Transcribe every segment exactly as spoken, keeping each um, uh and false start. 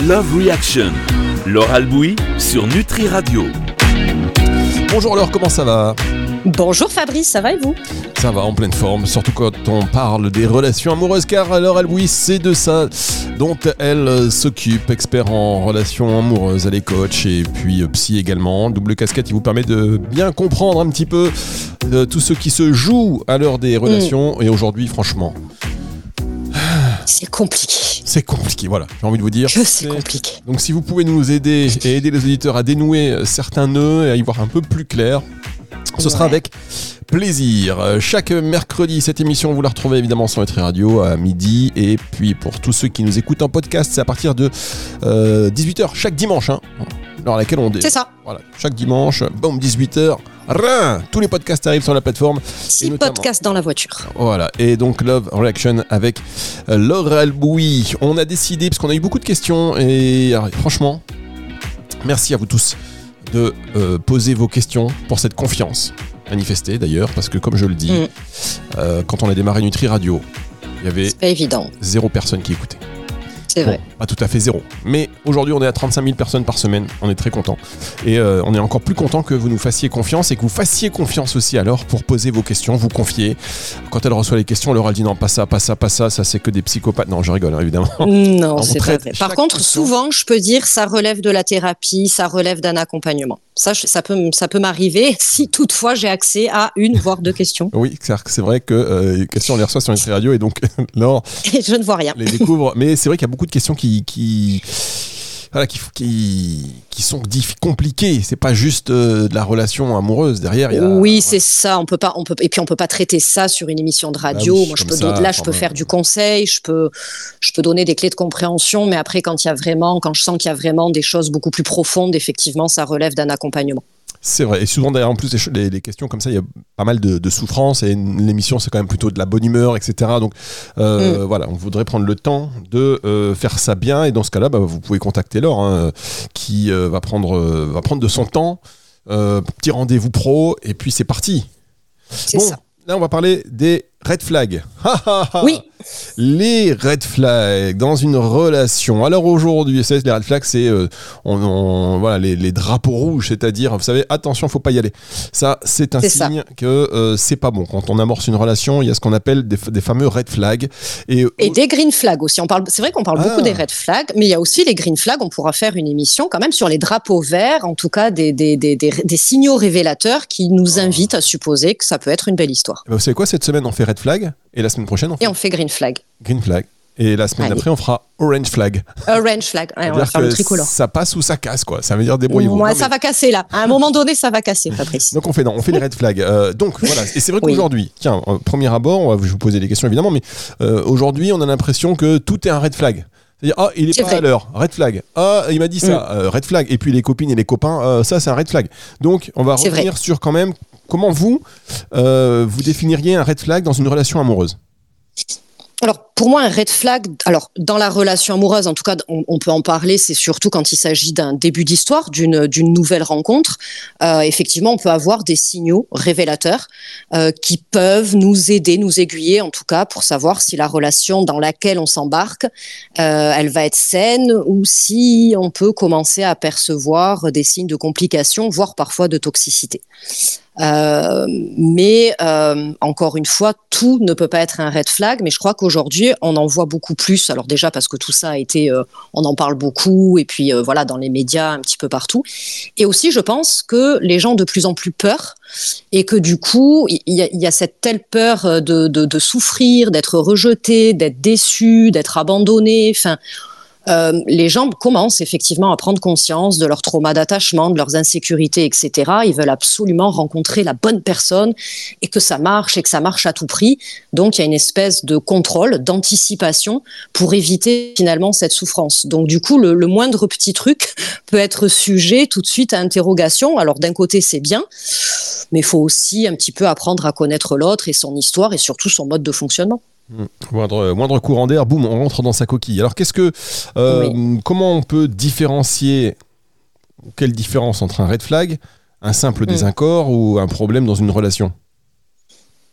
Love Reaction. Laure Albouy sur Nutri Radio. Bonjour Laure, comment ça va ? Bonjour Fabrice, ça va et vous ? Ça va, en pleine forme, surtout quand on parle des relations amoureuses, car Laure Albouy, c'est de ça dont elle s'occupe, expert en relations amoureuses, elle est coach et puis psy également. Double casquette qui vous permet de bien comprendre un petit peu euh, tout ce qui se joue à l'heure des relations. Mmh. Et aujourd'hui, franchement... C'est compliqué. C'est compliqué, voilà, j'ai envie de vous dire. Que c'est, c'est compliqué. Donc si vous pouvez nous aider et aider les auditeurs à dénouer certains nœuds et à y voir un peu plus clair, ce ouais. sera avec plaisir. Chaque mercredi, cette émission, vous la retrouvez évidemment sur Nutri Radio à midi. Et puis pour tous ceux qui nous écoutent en podcast, c'est à partir de euh, dix-huit heures chaque dimanche. Hein, à laquelle on dé... C'est ça. Voilà, chaque dimanche, boum, dix-huit heures. Rien. Tous les podcasts arrivent sur la plateforme. Six podcasts dans la voiture. Voilà. Et donc Love Reaction avec Laure Albouy. On a décidé, parce qu'on a eu beaucoup de questions, et alors, franchement, merci à vous tous de euh, poser vos questions pour cette confiance manifestée d'ailleurs, parce que comme je le dis, mmh. euh, quand on a démarré Nutri Radio, il y avait c'est pas évident. Zéro personne qui écoutait. C'est vrai. Bon, pas tout à fait zéro. Mais aujourd'hui, on est à trente-cinq mille personnes par semaine. On est très content. Et euh, on est encore plus content que vous nous fassiez confiance et que vous fassiez confiance aussi alors pour poser vos questions, vous confier. Quand elle reçoit les questions, Laure, elle dit non, pas ça, pas ça, pas ça, ça c'est que des psychopathes. Non, je rigole, hein, évidemment. Non, on c'est pas vrai. Par contre, question. Souvent, je peux dire, ça relève de la thérapie, ça relève d'un accompagnement. Ça, ça, peut, ça peut m'arriver si toutefois j'ai accès à une, voire deux questions. Oui, c'est vrai que euh, les questions, on les reçoit sur Nutri Radio et donc, Laure... Et je ne vois rien. Les découvre. Mais c'est vrai qu'il y a beaucoup de questions qui... qui... Voilà, qui, qui, qui sont diff- compliquées. C'est pas juste euh, de la relation amoureuse derrière. Il y a, oui, voilà. c'est ça. On peut pas, on peut, et puis on peut pas traiter ça sur une émission de radio. Ah oui, Moi, je peux ça, don- là, je peux faire du conseil, je peux, je peux donner des clés de compréhension. Mais après, quand il y a vraiment, quand je sens qu'il y a vraiment des choses beaucoup plus profondes, effectivement, ça relève d'un accompagnement. C'est vrai, et souvent derrière en plus les, les questions comme ça, il y a pas mal de, de souffrance et l'émission c'est quand même plutôt de la bonne humeur, et cetera. Donc euh, mm. voilà, on voudrait prendre le temps de euh, faire ça bien et dans ce cas-là, bah, vous pouvez contacter Laure hein, qui euh, va, prendre, euh, va prendre de son temps, euh, petit rendez-vous pro et puis c'est parti. C'est bon, ça. Là on va parler des red flags. Oui. Les red flags dans une relation. Alors aujourd'hui, c'est, les red flags, c'est euh, on, on, voilà, les, les drapeaux rouges, c'est-à-dire, vous savez, attention, faut pas y aller. Ça, c'est un c'est signe ça. que euh, c'est pas bon. Quand on amorce une relation, il y a ce qu'on appelle des, des fameux red flags. Et, et des green flags aussi. On parle, c'est vrai qu'on parle ah. beaucoup des red flags, mais il y a aussi les green flags. On pourra faire une émission quand même sur les drapeaux verts, en tout cas des, des, des, des, des signaux révélateurs qui nous invitent à supposer que ça peut être une belle histoire. Vous savez quoi, cette semaine, on fait red flag et la semaine prochaine, on fait... Et on fait green flag. Green flag. Et la semaine Allez. d'après, on fera orange flag. Orange flag. Ouais, on va faire le tricolore. Ça passe ou ça casse, quoi. Ça veut dire débrouillez-vous. Ouais, non, ça mais... va casser, là. À un moment donné, ça va casser, Fabrice. Donc, on fait, non, on fait les red flags. Euh, donc, voilà. Et c'est vrai qu'aujourd'hui, oui. tiens, euh, premier abord, on va vous poser des questions, évidemment, mais euh, aujourd'hui, on a l'impression que tout est un red flag. C'est-à-dire, ah, il est c'est pas vrai. à l'heure, red flag. Ah, il m'a dit ça, mm. euh, red flag. Et puis, les copines et les copains, euh, ça, c'est un red flag. Donc, on va c'est revenir vrai. sur quand même comment vous, euh, vous définiriez un red flag dans une relation amoureuse. Alors, pour moi, un red flag, alors dans la relation amoureuse, en tout cas, on, on peut en parler, c'est surtout quand il s'agit d'un début d'histoire, d'une, d'une nouvelle rencontre. Euh, effectivement, on peut avoir des signaux révélateurs euh, qui peuvent nous aider, nous aiguiller, en tout cas, pour savoir si la relation dans laquelle on s'embarque, euh, elle va être saine ou si on peut commencer à percevoir des signes de complications, voire parfois de toxicité. Euh, mais euh, encore une fois, tout ne peut pas être un red flag, mais je crois qu'aujourd'hui, on en voit beaucoup plus. Alors déjà parce que tout ça a été, euh, on en parle beaucoup, et puis euh, voilà, dans les médias, un petit peu partout. Et aussi, je pense que les gens ont de plus en plus peur, et que du coup, il y a, il y a cette telle peur de, de, de souffrir, d'être rejeté, d'être déçu, d'être abandonné, enfin... Euh, les gens commencent effectivement à prendre conscience de leur trauma d'attachement, de leurs insécurités, et cetera. Ils veulent absolument rencontrer la bonne personne et que ça marche et que ça marche à tout prix. Donc, il y a une espèce de contrôle, d'anticipation pour éviter finalement cette souffrance. Donc, du coup, le, le moindre petit truc peut être sujet tout de suite à interrogation. Alors, d'un côté, c'est bien, mais il faut aussi un petit peu apprendre à connaître l'autre et son histoire et surtout son mode de fonctionnement. Mmh. Moindre, moindre courant d'air, boum, on rentre dans sa coquille. Alors, qu'est-ce que, euh, oui. comment on peut différencier, quelle différence entre un red flag, un simple mmh. désaccord ou un problème dans une relation ?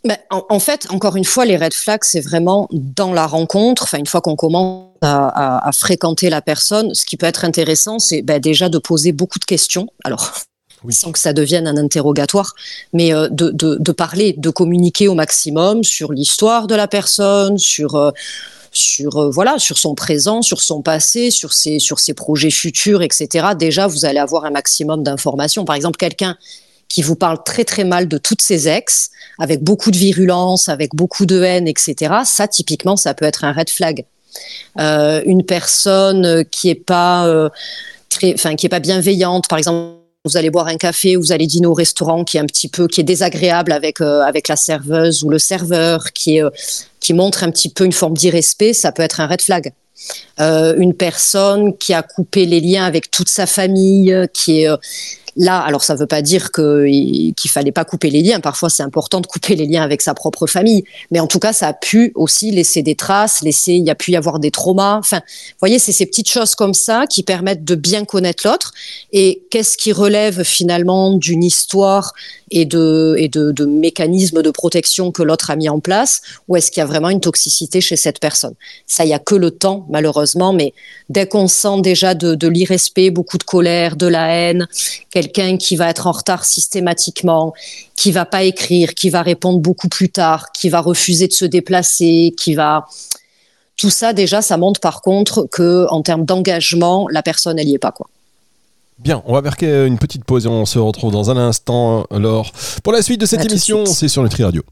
Ben, en, en fait, encore une fois, les red flags, c'est vraiment dans la rencontre. Enfin, une fois qu'on commence à, à, à fréquenter la personne, ce qui peut être intéressant, c'est ben, déjà de poser beaucoup de questions. Alors, oui. Sans que ça devienne un interrogatoire, mais euh, de, de, de parler, de communiquer au maximum sur l'histoire de la personne, sur euh, sur euh, voilà, sur son présent, sur son passé, sur ses sur ses projets futurs, et cetera. Déjà, vous allez avoir un maximum d'informations. Par exemple, quelqu'un qui vous parle très très mal de toutes ses ex, avec beaucoup de virulence, avec beaucoup de haine, et cetera. Ça, typiquement, ça peut être un red flag. Euh, une personne qui est pas euh, très, enfin qui est pas bienveillante, par exemple. Vous allez boire un café, vous allez dîner au restaurant qui est un petit peu, qui est désagréable avec euh, avec la serveuse ou le serveur, qui est euh, qui montre un petit peu une forme d'irrespect, ça peut être un red flag. Euh, une personne qui a coupé les liens avec toute sa famille, qui est euh, là, alors ça ne veut pas dire que, qu'il fallait pas couper les liens. Parfois, c'est important de couper les liens avec sa propre famille. Mais en tout cas, ça a pu aussi laisser des traces, laisser, il y a pu y avoir des traumas. Enfin, vous voyez, c'est ces petites choses comme ça qui permettent de bien connaître l'autre. Et qu'est-ce qui relève finalement d'une histoire et de, et de, de mécanismes de protection que l'autre a mis en place, ou est-ce qu'il y a vraiment une toxicité chez cette personne? Ça, il n'y a que le temps, malheureusement, mais dès qu'on sent déjà de, de l'irrespect, beaucoup de colère, de la haine, quelqu'un qui va être en retard systématiquement, qui va pas écrire, qui va répondre beaucoup plus tard, qui va refuser de se déplacer, qui va... Tout ça, déjà, ça montre par contre que, en termes d'engagement, la personne, elle y est pas, quoi. Bien, on va marquer une petite pause et on se retrouve dans un instant, Laure. Pour la suite de cette à émission, c'est sur Nutri Radio.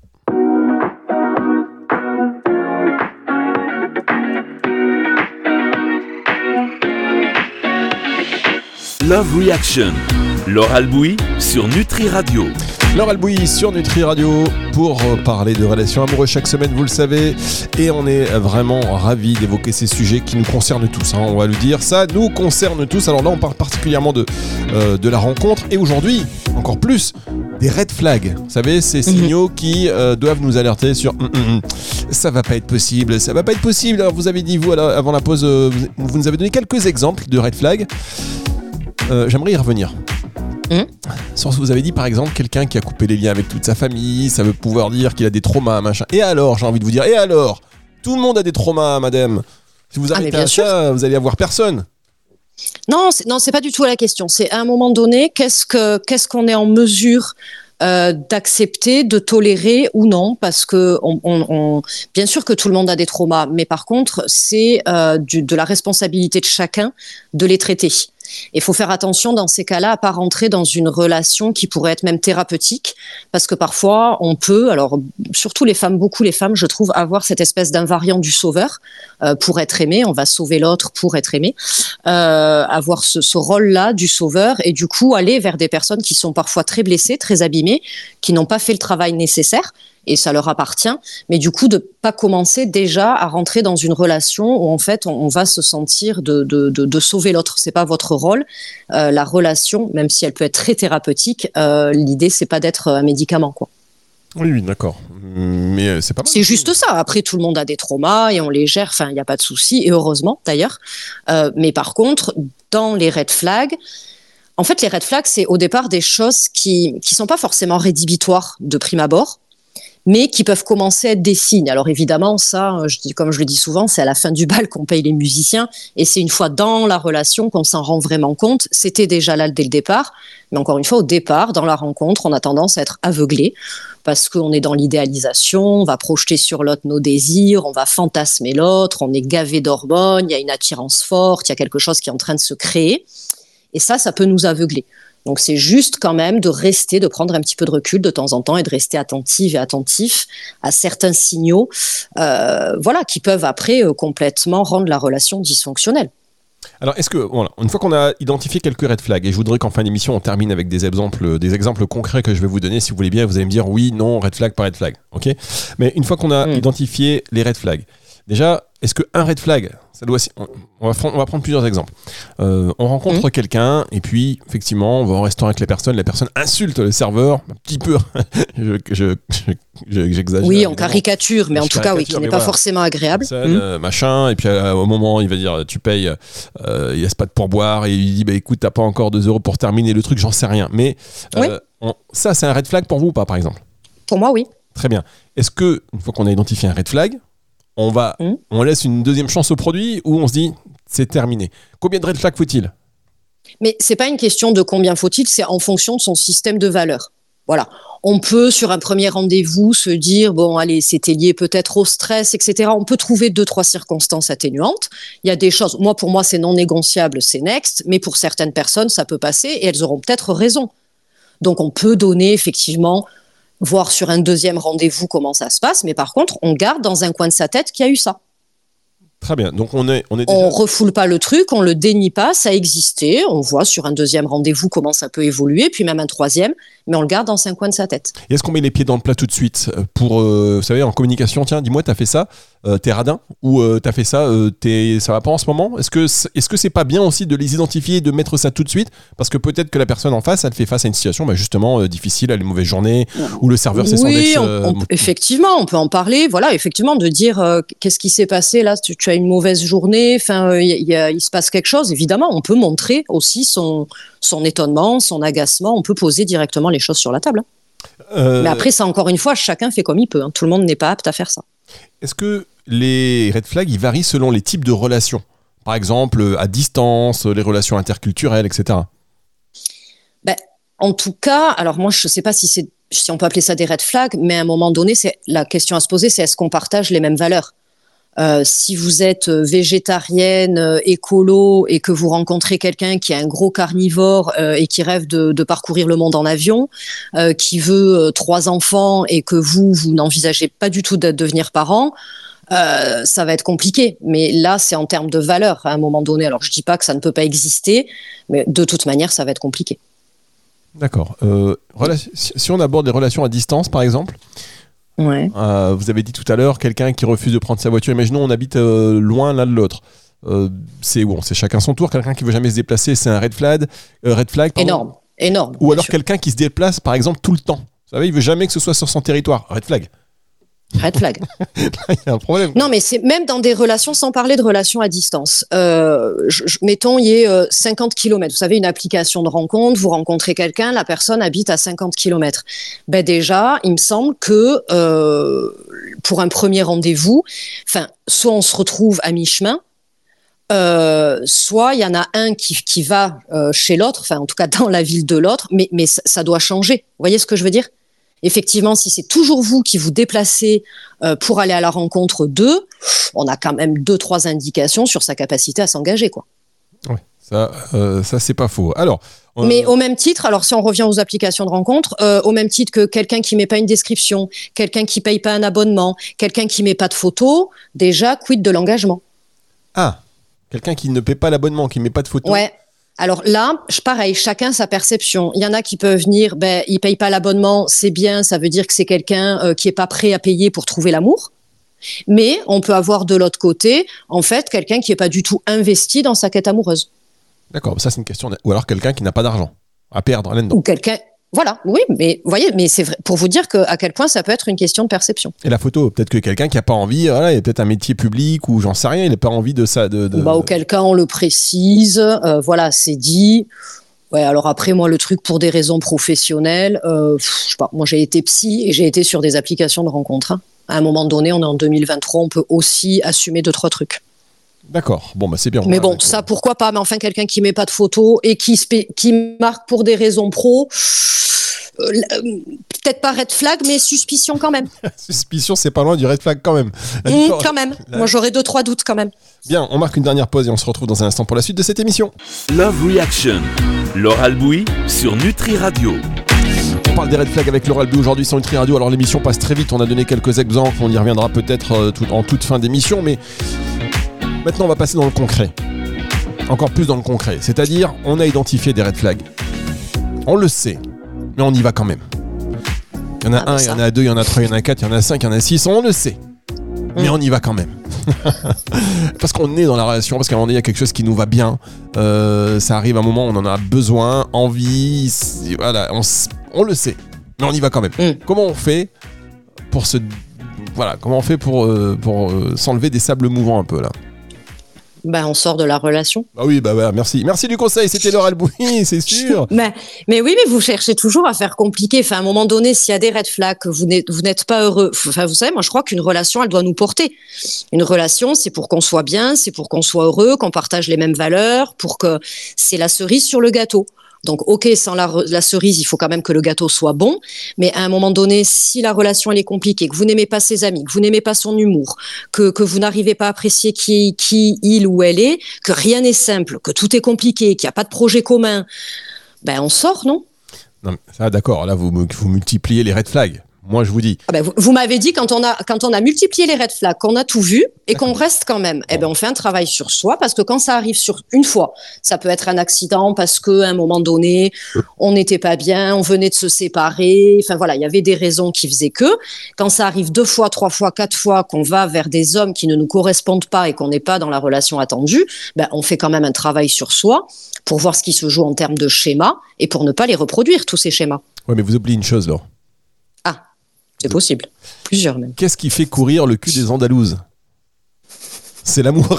Love Reaction, Laure Albouy sur Nutri Radio. Laure Albouy sur Nutri Radio pour parler de relations amoureuses chaque semaine, vous le savez. Et on est vraiment ravis d'évoquer ces sujets qui nous concernent tous. Hein, on va le dire, ça nous concerne tous. Alors là, on parle particulièrement de, euh, de la rencontre. Et aujourd'hui, encore plus, des red flags. Vous savez, ces signaux mmh. qui euh, doivent nous alerter sur mm, mm, « ça va pas être possible, ça va pas être possible ». Alors vous avez dit, vous, avant la pause, euh, vous nous avez donné quelques exemples de red flags. Euh, j'aimerais y revenir. Mmh. Vous avez dit par exemple quelqu'un qui a coupé les liens avec toute sa famille, ça veut pouvoir dire qu'il a des traumas, machin. Et alors, j'ai envie de vous dire, et alors, tout le monde a des traumas, madame. Si vous arrêtez ah, à sûr. ça, vous allez avoir personne. Non, c'est, non, c'est pas du tout la question. C'est à un moment donné, qu'est-ce que, qu'est-ce qu'on est en mesure euh, d'accepter, de tolérer ou non, parce que on, on, on, bien sûr que tout le monde a des traumas, mais par contre, c'est euh, du, de la responsabilité de chacun de les traiter. Il faut faire attention dans ces cas-là à pas rentrer dans une relation qui pourrait être même thérapeutique, parce que parfois on peut, alors surtout les femmes, beaucoup les femmes, je trouve, avoir cette espèce d'invariant du sauveur euh, pour être aimé, on va sauver l'autre pour être aimé, euh, avoir ce, ce rôle-là du sauveur et du coup aller vers des personnes qui sont parfois très blessées, très abîmées, qui n'ont pas fait le travail nécessaire. Et ça leur appartient, mais du coup de pas commencer déjà à rentrer dans une relation où en fait on, on va se sentir de, de, de, de sauver l'autre. C'est pas votre rôle. Euh, la relation, même si elle peut être très thérapeutique, euh, l'idée c'est pas d'être un médicament, quoi. Oui, oui, d'accord. Mais c'est pas mal. C'est juste ça. Après, tout le monde a des traumas et on les gère. Enfin, il n'y a pas de souci. Et heureusement, d'ailleurs. Euh, mais par contre, dans les red flags, en fait, les red flags, c'est au départ des choses qui qui sont pas forcément rédhibitoires de prime abord, mais qui peuvent commencer à être des signes. Alors évidemment, ça, je dis, comme je le dis souvent, c'est à la fin du bal qu'on paye les musiciens, et c'est une fois dans la relation qu'on s'en rend vraiment compte. C'était déjà là dès le départ, mais encore une fois, au départ, dans la rencontre, on a tendance à être aveuglé, parce qu'on est dans l'idéalisation, on va projeter sur l'autre nos désirs, on va fantasmer l'autre, on est gavé d'hormones, il y a une attirance forte, il y a quelque chose qui est en train de se créer, et ça, ça peut nous aveugler. Donc c'est juste quand même de rester, de prendre un petit peu de recul de temps en temps et de rester attentive et attentif à certains signaux, euh, voilà, qui peuvent après euh, complètement rendre la relation dysfonctionnelle. Alors, est-ce que, voilà, une fois qu'on a identifié quelques red flags, et je voudrais qu'en fin d'émission, on termine avec des exemples, des exemples concrets que je vais vous donner, si vous voulez bien, vous allez me dire oui, non, red flag, pas red flag, ok ? Mais une fois qu'on a mmh. identifié les red flags, déjà, est-ce qu'un red flag, ça doit, on, va, on va prendre plusieurs exemples. Euh, on rencontre mmh. quelqu'un, et puis, effectivement, on va au restaurant avec la personne, la personne insulte le serveur, un petit peu, je, je, je, j'exagère. Oui, en caricature, mais en tout cas, oui, qui n'est pas voilà. forcément agréable. Ça, mmh. euh, machin, et puis euh, au moment, il va dire, tu payes, euh, il laisse pas de pourboire, et il dit, bah écoute, t'as pas encore deux euros pour terminer le truc, j'en sais rien. Mais euh, oui. on, ça, c'est un red flag pour vous ou pas, par exemple ? Pour moi, oui. Très bien. Est-ce que, une fois qu'on a identifié un red flag, on, va, mmh. on laisse une deuxième chance au produit ou on se dit c'est terminé? Combien de red flags faut-il? Mais ce n'est pas une question de combien faut-il, c'est en fonction de son système de valeurs. Voilà. On peut, sur un premier rendez-vous, se dire, bon, allez, c'était lié peut-être au stress, et cetera. On peut trouver deux, trois circonstances atténuantes. Il y a des choses, moi, pour moi, c'est non négociable, c'est next, mais pour certaines personnes, ça peut passer et elles auront peut-être raison. Donc, on peut donner, effectivement, voir sur un deuxième rendez-vous comment ça se passe, mais par contre, on garde dans un coin de sa tête qu'il y a eu ça. Très bien, donc on est, on est déjà... On refoule pas le truc, on le dénie pas, ça existait, on voit sur un deuxième rendez-vous comment ça peut évoluer, puis même un troisième, mais on le garde dans un coin de sa tête. Et est-ce qu'on met les pieds dans le plat tout de suite pour, euh, vous savez, en communication, tiens, dis-moi, t'as fait ça, euh, t'es radin, ou euh, t'as fait ça, euh, t'es, ça va pas en ce moment? Est-ce que, c'est, est-ce que c'est pas bien aussi de les identifier et de mettre ça tout de suite? Parce que peut-être que la personne en face, elle fait face à une situation bah, justement euh, difficile, elle a une mauvaise journée, ou le serveur c'est son oui, ex. Euh... On, on, effectivement, on peut en parler, voilà, effectivement, de dire euh, qu'est-ce qui s'est passé là, tu, tu as une mauvaise journée, enfin, il y a, il se passe quelque chose. Évidemment, on peut montrer aussi son, son étonnement, son agacement. On peut poser directement les choses sur la table. Euh... Mais après, ça, encore une fois, chacun fait comme il peut. Hein. Tout le monde n'est pas apte à faire ça. Est-ce que les red flags, ils varient selon les types de relations? Par exemple, à distance, les relations interculturelles, et cetera. Ben, en tout cas, alors moi, je ne sais pas si, c'est, si on peut appeler ça des red flags, mais à un moment donné, c'est, la question à se poser, c'est est-ce qu'on partage les mêmes valeurs? Euh, si vous êtes végétarienne, euh, écolo et que vous rencontrez quelqu'un qui est un gros carnivore euh, et qui rêve de, de parcourir le monde en avion, euh, qui veut euh, trois enfants et que vous, vous n'envisagez pas du tout de devenir parent, euh, ça va être compliqué. Mais là, c'est en termes de valeur à un moment donné. Alors, je dis pas que ça ne peut pas exister, mais de toute manière, ça va être compliqué. D'accord. Euh, relation, si on aborde les relations à distance, par exemple, ouais. euh, vous avez dit tout à l'heure, quelqu'un qui refuse de prendre sa voiture, imaginons on habite euh, loin l'un de l'autre. Euh, c'est bon, c'est chacun son tour. Quelqu'un qui veut jamais se déplacer, c'est un red flag. Euh, red flag pardon. Énorme, énorme. Ou alors sûr. Quelqu'un qui se déplace, par exemple, tout le temps. Vous savez, il veut jamais que ce soit sur son territoire. Red flag. Red flag. Il y a un problème. Non, mais c'est même dans des relations, sans parler de relations à distance. Euh, je, je, mettons, il y a euh, cinquante kilomètres. Vous savez, une application de rencontre, vous rencontrez quelqu'un, la personne habite à cinquante kilomètres. Ben déjà, il me semble que euh, pour un premier rendez-vous, enfin, soit on se retrouve à mi-chemin, Euh, soit il y en a un qui, qui va euh, chez l'autre, enfin en tout cas dans la ville de l'autre, mais, mais ça, ça doit changer. Vous voyez ce que je veux dire ? Effectivement, si c'est toujours vous qui vous déplacez euh, pour aller à la rencontre d'eux, on a quand même deux, trois indications sur sa capacité à s'engager, quoi. Oui, ça, euh, ça c'est pas faux. Alors, on... Mais au même titre, alors si on revient aux applications de rencontre, euh, au même titre que quelqu'un qui met pas une description, quelqu'un qui paye pas un abonnement, quelqu'un qui met pas de photos, déjà, quid de l'engagement ? Ah, quelqu'un qui ne paie pas l'abonnement, qui ne met pas de photos. Ouais. Alors là, pareil, chacun sa perception. Il y en a qui peuvent venir, ben, ils payent pas l'abonnement, c'est bien, ça veut dire que c'est quelqu'un euh, qui est pas prêt à payer pour trouver l'amour. Mais on peut avoir de l'autre côté, en fait, quelqu'un qui est pas du tout investi dans sa quête amoureuse. D'accord, ça c'est une question. De... Ou alors quelqu'un qui n'a pas d'argent à perdre là-dedans. Ou quelqu'un... Voilà, oui, mais vous voyez, mais c'est vrai, pour vous dire que, à quel point ça peut être une question de perception. Et la photo, peut-être que quelqu'un qui n'a pas envie, voilà, il y a peut-être un métier public ou j'en sais rien, il n'a pas envie de ça. De, de... Bah, auquel cas on le précise, euh, voilà, c'est dit. Ouais, alors après, moi, le truc pour des raisons professionnelles, euh, pff, je sais pas, moi j'ai été psy et j'ai été sur des applications de rencontres. Hein. À un moment donné, on est en deux mille vingt-trois, on peut aussi assumer deux, trois trucs. D'accord, bon bah c'est bien. Mais bon, ça pourquoi pas, mais enfin quelqu'un qui met pas de photos et qui, spé- qui marque pour des raisons pro, euh, peut-être pas red flag, mais suspicion quand même. Suspicion, c'est pas loin du red flag quand même. Mmh, quand même, la... moi j'aurais deux, trois doutes quand même. Bien, on marque une dernière pause et on se retrouve dans un instant pour la suite de cette émission. Love Reaction, Laure Albouy sur Nutri Radio. On parle des red flags avec Laure Albouy aujourd'hui sur Nutri Radio. Alors l'émission passe très vite, on a donné quelques exemples, on y reviendra peut-être euh, tout, en toute fin d'émission, mais... Maintenant, on va passer dans le concret. Encore plus dans le concret. C'est-à-dire, on a identifié des red flags. On le sait, mais on y va quand même. Il y en a ah, un, il y en a deux, il y en a trois, il y en a quatre, il y en a cinq, il y en a six. On le sait, mais mmh. on y va quand même. Parce qu'on est dans la relation, parce qu'à un moment donné, il y a quelque chose qui nous va bien. Euh, ça arrive à un moment où on en a besoin, envie. Voilà, on, on le sait, mais on y va quand même. Mmh. Comment on fait pour se... Voilà, comment on fait pour, euh, pour euh, s'enlever des sables mouvants un peu là ? Ben, on sort de la relation. Bah oui, bah ouais, merci. Merci du conseil, c'était Laure Albouy, c'est sûr. mais, mais oui, mais vous cherchez toujours à faire compliqué. Enfin, à un moment donné, s'il y a des red flags, vous n'êtes, vous n'êtes pas heureux. Enfin, vous savez, moi, je crois qu'une relation, elle doit nous porter. Une relation, c'est pour qu'on soit bien, c'est pour qu'on soit heureux, qu'on partage les mêmes valeurs, pour que c'est la cerise sur le gâteau. Donc, ok, sans la, la cerise, il faut quand même que le gâteau soit bon. Mais à un moment donné, si la relation elle est compliquée, que vous n'aimez pas ses amis, que vous n'aimez pas son humour, que, que vous n'arrivez pas à apprécier qui, qui il ou elle est, que rien n'est simple, que tout est compliqué, qu'il n'y a pas de projet commun, ben on sort, non ? Non, mais ça, d'accord. Là, vous, vous multipliez les red flags. Moi, je vous dis. Ah ben, vous, vous m'avez dit quand on a quand on a multiplié les red flags, qu'on a tout vu et qu'on reste quand même. Bon. Eh ben, on fait un travail sur soi parce que quand ça arrive sur une fois, ça peut être un accident parce que à un moment donné, on n'était pas bien, on venait de se séparer. Enfin voilà, il y avait des raisons qui faisaient que. Quand ça arrive deux fois, trois fois, quatre fois, qu'on va vers des hommes qui ne nous correspondent pas et qu'on n'est pas dans la relation attendue, ben on fait quand même un travail sur soi pour voir ce qui se joue en termes de schémas et pour ne pas les reproduire tous ces schémas. Ouais, mais vous oubliez une chose, Laure. C'est possible. Plusieurs même. Qu'est-ce qui fait courir le cul des Andalouses ? C'est l'amour.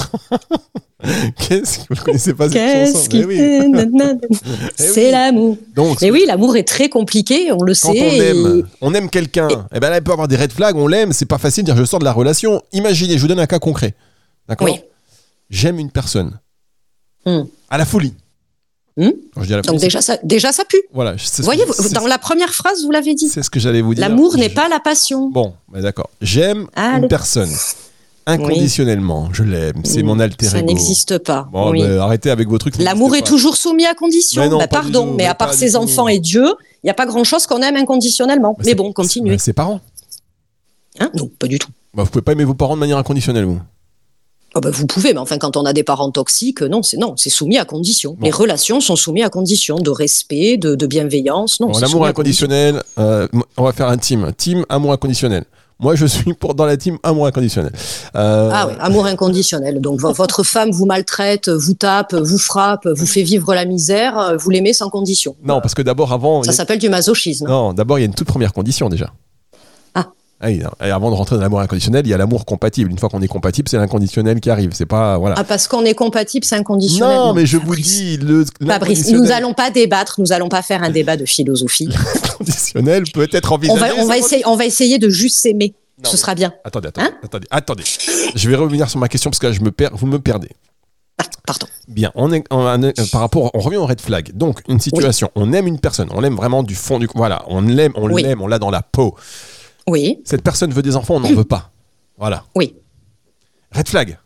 Qu'est-ce que vous ne connaissez pas cette Qu'est-ce chanson ? qui oui. fait C'est oui. l'amour. Donc, mais oui, l'amour est très compliqué, on le quand sait. on aime, et... on aime quelqu'un, et... Eh ben là, il peut avoir des red flags, on l'aime, c'est pas facile de dire je sors de la relation. Imaginez, je vous donne un cas concret. D'accord ? Oui. J'aime une personne. Hmm. À la folie. Hmm Quand je dis à la Donc folie, déjà ça, déjà ça pue. Voilà. Vous voyez, vous, dans la première phrase, vous l'avez dit. C'est ce que j'allais vous dire. L'amour je... n'est pas la passion. Bon, ben d'accord. J'aime Allez. une personne. Inconditionnellement, oui. Je l'aime, c'est mon alter ego. Ça n'existe pas. Bon, oui. bah, arrêtez avec vos trucs. L'amour est pas. toujours soumis à condition. Mais non, bah, pardon, mais à part ses enfants et Dieu, il n'y a pas grand-chose qu'on aime inconditionnellement. Mais, mais bon, continuez. Ses parents. Hein ? Non, pas du tout. Bah, vous pouvez pas aimer vos parents de manière inconditionnelle, vous. Oh bah vous pouvez, mais enfin, quand on a des parents toxiques, non, c'est non, c'est soumis à condition. Bon. Les relations sont soumises à condition de respect, de, de bienveillance. Non, bon, l'amour inconditionnel, euh, on va faire un team. Team amour inconditionnel. Moi, je suis pour dans la team amour inconditionnel. Euh... Ah oui, amour inconditionnel. Donc, votre femme vous maltraite, vous tape, vous frappe, vous fait vivre la misère, vous l'aimez sans condition. Non, parce que d'abord, avant... Ça a... s'appelle du masochisme. Non, d'abord, il y a une toute première condition, déjà. Ah. Ah oui, et avant de rentrer dans l'amour inconditionnel, il y a l'amour compatible. Une fois qu'on est compatible, c'est l'inconditionnel qui arrive. C'est pas... Voilà. Ah, parce qu'on est compatible, c'est inconditionnel. Non, non mais je Fabrice. vous dis... Le, Fabrice, nous n'allons pas débattre, nous n'allons pas faire un débat de philosophie. L'inconditionnel peut être envisagé. On va, on va, essayer, on va essayer de juste s'aimer. Non, Ce sera bien. Attendez, attendez, hein attendez, attendez. Je vais revenir sur ma question parce que là, je me perds, vous me perdez. Ah, pardon. Bien, on est, on, on, par rapport, on revient au red flag. Donc, une situation, oui. On aime une personne, on l'aime vraiment du fond du... Voilà, on l'aime, on oui. l'aime, on l'a dans la peau. Oui. Cette personne veut des enfants, on n'en veut pas. Voilà. Oui. Red flag.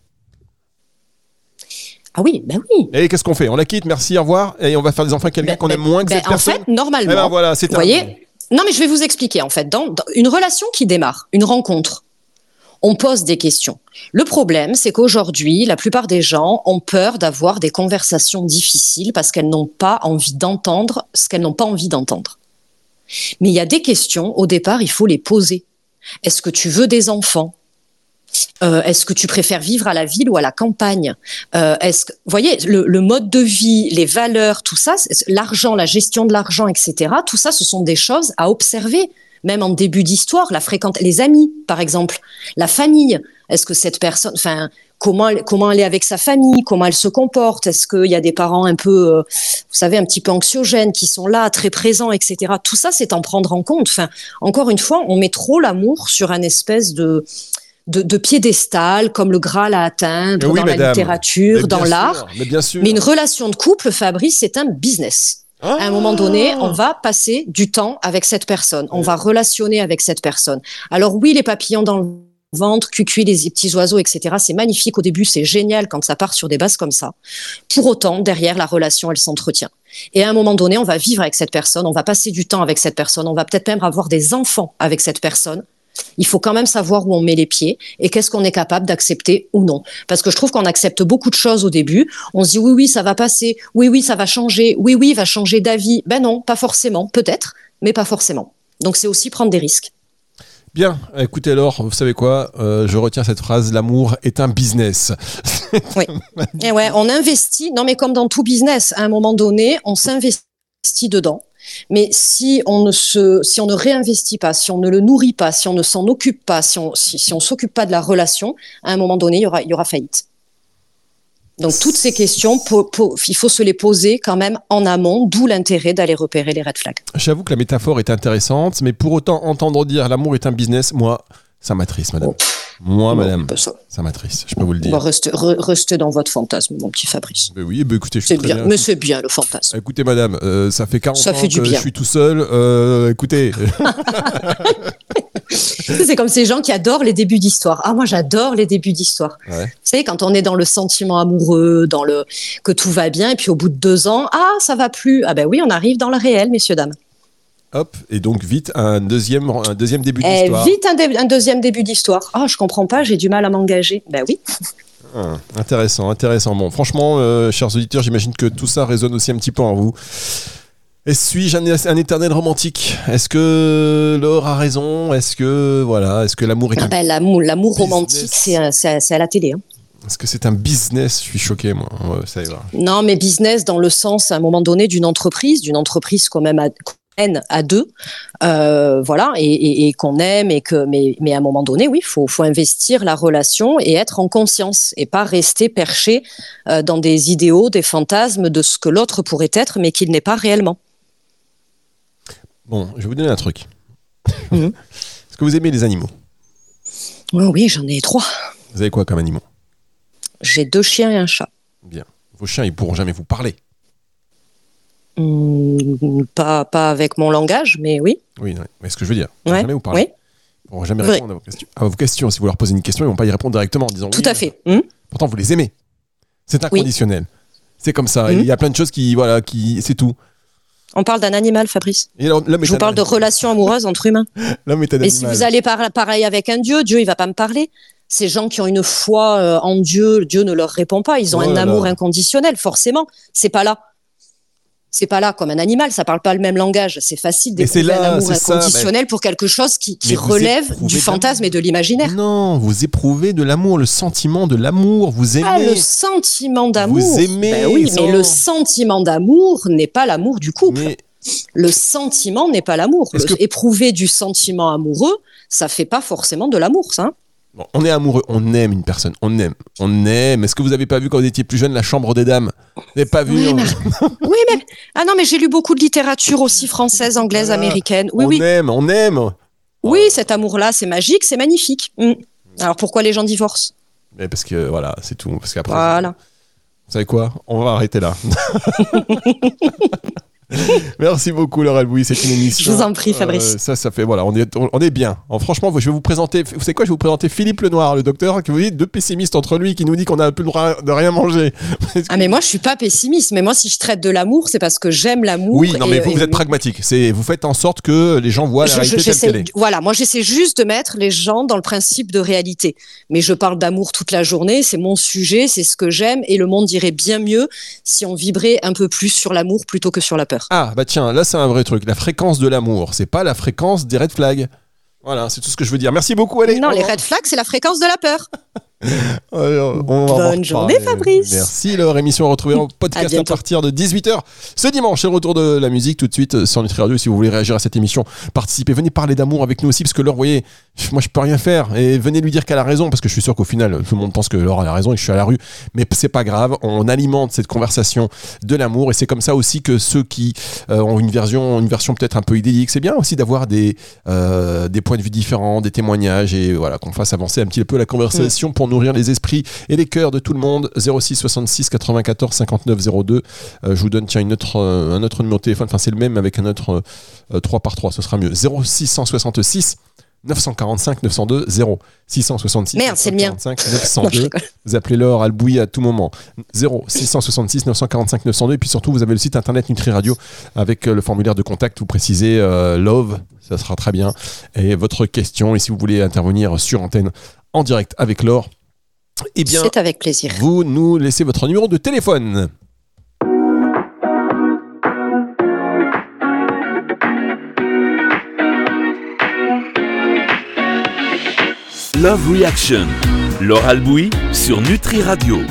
Ah oui, ben oui. Et qu'est-ce qu'on fait ? On la quitte, merci, au revoir, et on va faire des enfants avec quelqu'un ben, qu'on ben, aime moins que ben, cette personne. En fait, normalement, eh ben, voilà, c'est vous voyez... Non, mais je vais vous expliquer, en fait. Dans, dans une relation qui démarre, une rencontre, on pose des questions. Le problème, c'est qu'aujourd'hui, la plupart des gens ont peur d'avoir des conversations difficiles parce qu'elles n'ont pas envie d'entendre ce qu'elles n'ont pas envie d'entendre. Mais il y a des questions, au départ, il faut les poser. Est-ce que tu veux des enfants ? Euh, est-ce que tu préfères vivre à la ville ou à la campagne ? euh, Est-ce que, vous voyez, le, le mode de vie, les valeurs, tout ça, l'argent, la gestion de l'argent, et cetera. Tout ça, ce sont des choses à observer. Même en début d'histoire, la fréquente, les amis, par exemple, la famille. Est-ce que cette personne, enfin, comment, comment elle est avec sa famille, comment elle se comporte ? Est-ce qu'il y a des parents un peu, euh, vous savez, un petit peu anxiogènes qui sont là, très présents, et cetera. Tout ça, c'est en prendre en compte. Enfin, encore une fois, on met trop l'amour sur un espèce de De, de piédestal, comme le Graal à atteindre oui, dans madame. La littérature, dans l'art. Mais, bien sûr. Mais une relation de couple, Fabrice, c'est un business. Ah. À un moment donné, on va passer du temps avec cette personne. On oui. va relationner avec cette personne. Alors oui, les papillons dans le ventre, cucuis, les petits oiseaux, et cetera. C'est magnifique au début, c'est génial quand ça part sur des bases comme ça. Pour autant, derrière, la relation, elle s'entretient. Et à un moment donné, on va vivre avec cette personne, on va passer du temps avec cette personne, on va peut-être même avoir des enfants avec cette personne. Il faut quand même savoir où on met les pieds et qu'est-ce qu'on est capable d'accepter ou non. Parce que je trouve qu'on accepte beaucoup de choses au début. On se dit oui, oui, ça va passer. Oui, oui, ça va changer. Oui, oui, il va changer d'avis. Ben non, pas forcément. Peut-être, mais pas forcément. Donc, c'est aussi prendre des risques. Bien, écoutez Laure, vous savez quoi, euh, je retiens cette phrase, l'amour est un business. Oui, et ouais, on investit, non mais comme dans tout business, à un moment donné, on s'investit dedans. Mais si on ne se, si on ne réinvestit pas, si on ne le nourrit pas, si on ne s'en occupe pas, si on, si, si on s'occupe pas de la relation, à un moment donné, il y aura, il y aura faillite. Donc toutes ces questions, po- po- il faut se les poser quand même en amont, d'où l'intérêt d'aller repérer les red flags. J'avoue que la métaphore est intéressante, mais pour autant entendre dire l'amour est un business, moi, ça m'attriste, madame. Oh. Moi, Non, madame, bah ça. ça m'attriste, je peux vous le dire. Bon, restez, re- restez dans votre fantasme, mon petit Fabrice. Ben oui, ben écoutez, je suis C'est très bien, bien. mais c'est bien le fantasme. Écoutez, madame, euh, ça fait quarante Ça ans fait du que bien. je suis tout seul. Euh, écoutez, C'est comme ces gens qui adorent les débuts d'histoire. Ah, moi, j'adore les débuts d'histoire. Ouais. Vous savez, quand on est dans le sentiment amoureux, dans le que tout va bien, et puis au bout de deux ans, ah, ça va plus. Ah ben oui, on arrive dans le réel, messieurs, dames. hop, et donc vite un deuxième, un deuxième début Eh, d'histoire. vite un, dé- un deuxième début d'histoire. Ah, je comprends pas, j'ai du mal à m'engager. Ben oui. Ah, intéressant, intéressant. Bon, franchement, euh, chers auditeurs, j'imagine que tout ça résonne aussi un petit peu en vous. Et suis-je un, un éternel romantique ? Est-ce que Laure a raison ? Est-ce que voilà, est-ce que l'amour est Ah un ben, l'amour, l'amour business. romantique, c'est, à- c'est, à- c'est à la télé. Hein. Est-ce que c'est un business ? Je suis choqué, moi. Ouais, ça y va. Non, mais business dans le sens, à un moment donné, d'une entreprise, d'une entreprise quand même à, qu'on aime à deux, euh, voilà, et, et, et qu'on aime, et que, mais, mais à un moment donné, oui, il faut, faut investir la relation et être en conscience, et pas rester perché euh, dans des idéaux, des fantasmes de ce que l'autre pourrait être, mais qu'il n'est pas réellement. Bon, je vais vous donner un truc. Mhm. Est-ce que vous aimez les animaux ? Oh oui, j'en ai trois. Vous avez quoi comme animaux ? J'ai deux chiens et un chat. Bien. Vos chiens, ils pourront jamais vous parler. Hum, pas, pas avec mon langage, mais oui. Oui, ouais. Mais ce que je veux dire, ils pourront Ouais. jamais vous parler. Oui, Ils pourront jamais Vrai. répondre à vos questions. À vos questions. Si vous leur posez une question, ils vont pas y répondre directement en disant tout oui, à fait. Hum. Pourtant, vous les aimez. C'est inconditionnel. C'est comme ça. Mhm. Il y a plein de choses qui, voilà, qui, c'est tout. On parle d'un animal, Fabrice. Et alors, l'homme est Je vous un- parle de relations amoureuses entre humains. L'homme est un Et si animal. vous allez par- pareil avec un Dieu, Dieu, il va pas me parler. Ces gens qui ont une foi euh, en Dieu, Dieu ne leur répond pas. Ils ont Oh un là amour là. inconditionnel, forcément. C'est pas là. C'est pas là comme un animal, ça parle pas le même langage. C'est facile Mais c'est d'éprouver là, un amour c'est ça, inconditionnel pour quelque chose qui, qui Mais vous relève éprouvez du de fantasme l'amour. et de l'imaginaire. Non, vous éprouvez de l'amour, le sentiment de l'amour. Vous aimez. Ah, le sentiment d'amour. Vous aimez, Ben oui, sans- mais le sentiment d'amour n'est pas l'amour du couple. Mais Le sentiment n'est pas l'amour. Est-ce Le- que- Éprouver du sentiment amoureux, ça fait pas forcément de l'amour, ça. hein. bon, on est amoureux, on aime une personne, on aime, on aime. Est-ce que vous avez pas vu quand vous étiez plus jeune La Chambre des Dames ? Vous n'avez pas vu Oui, on- mais... oui, mais ah non, mais j'ai lu beaucoup de littérature aussi française, anglaise, Voilà. américaine. Oui, on oui, aime, on aime. oui, cet amour-là, c'est magique, c'est magnifique. Mm. Alors pourquoi les gens divorcent ? Mais parce que voilà, c'est tout. Parce qu'après, Voilà. vous savez quoi ? On va arrêter là. Merci beaucoup Laure Albouy, c'est une émission. Je vous en prie, Fabrice. Euh, ça, ça fait voilà, on est, on, on est bien. Alors, franchement, je vais vous présenter. Vous savez quoi ? Je vais vous présenter Philippe Lenoir, le docteur, qui vous dit deux pessimistes entre lui, qui nous dit qu'on a plus le droit de rien manger. Ah mais moi je suis pas pessimiste, mais moi si je traite de l'amour, c'est parce que j'aime l'amour. Oui, non, et- mais vous, et- vous êtes pragmatique. C'est, vous faites en sorte que les gens voient la Je- je- réalité telle j'essaie- qu'elle est. Voilà, moi j'essaie juste de mettre les gens dans le principe de réalité. Mais je parle d'amour toute la journée, c'est mon sujet, c'est ce que j'aime, et le monde irait bien mieux si on vibrait un peu plus sur l'amour plutôt que sur la peur. Ah, bah tiens, là c'est un vrai truc. La fréquence de l'amour, c'est pas la fréquence des red flags. Voilà, c'est tout ce que je veux dire. Merci beaucoup, allez. Non, on les va- red flags, c'est la fréquence de la peur. Alors, on va en Bonne reparler. journée, Fabrice. Merci, leur émission à retrouver en podcast À à, bientôt. partir de dix-huit heures ce dimanche. C'est le retour de la musique tout de suite sur Nutri Radio. Si vous voulez réagir à cette émission, participez, venez parler d'amour avec nous aussi, parce que Laure, vous voyez, moi je peux rien faire. Et venez lui dire qu'elle a raison, parce que je suis sûr qu'au final, tout le monde pense que Laure a raison et que je suis à la rue. Mais c'est pas grave, on alimente cette conversation de l'amour. Et c'est comme ça aussi que ceux qui euh, ont une version, une version peut-être un peu idyllique, c'est bien aussi d'avoir des, euh, des points de vue différents, des témoignages, et voilà, qu'on fasse avancer un petit peu la conversation pour nourrir les esprits et les cœurs de tout le monde. Zéro six soixante-six quatre-vingt-quatorze cinquante-neuf zéro deux. Euh, je vous donne tiens une autre, euh, un autre numéro de téléphone, enfin c'est le même avec un autre euh, trois par trois, ce sera mieux. Zéro six soixante-six neuf cent quarante-cinq neuf cent deux zéro six soixante-six Merde, c'est le mien. neuf cent Non, je deux. rigole. Vous appelez Laure Albouy à tout moment. Zéro six soixante-six neuf cent quarante-cinq neuf cent deux. Et puis surtout, vous avez le site internet Nutri Radio avec euh, le formulaire de contact. Vous précisez euh, Love, ça sera très bien. Et votre question, et si vous voulez intervenir sur antenne en direct avec Laure, eh bien, C'est avec plaisir. vous nous laissez votre numéro de téléphone. Love Reaction. Laure Albouy sur Nutri Radio.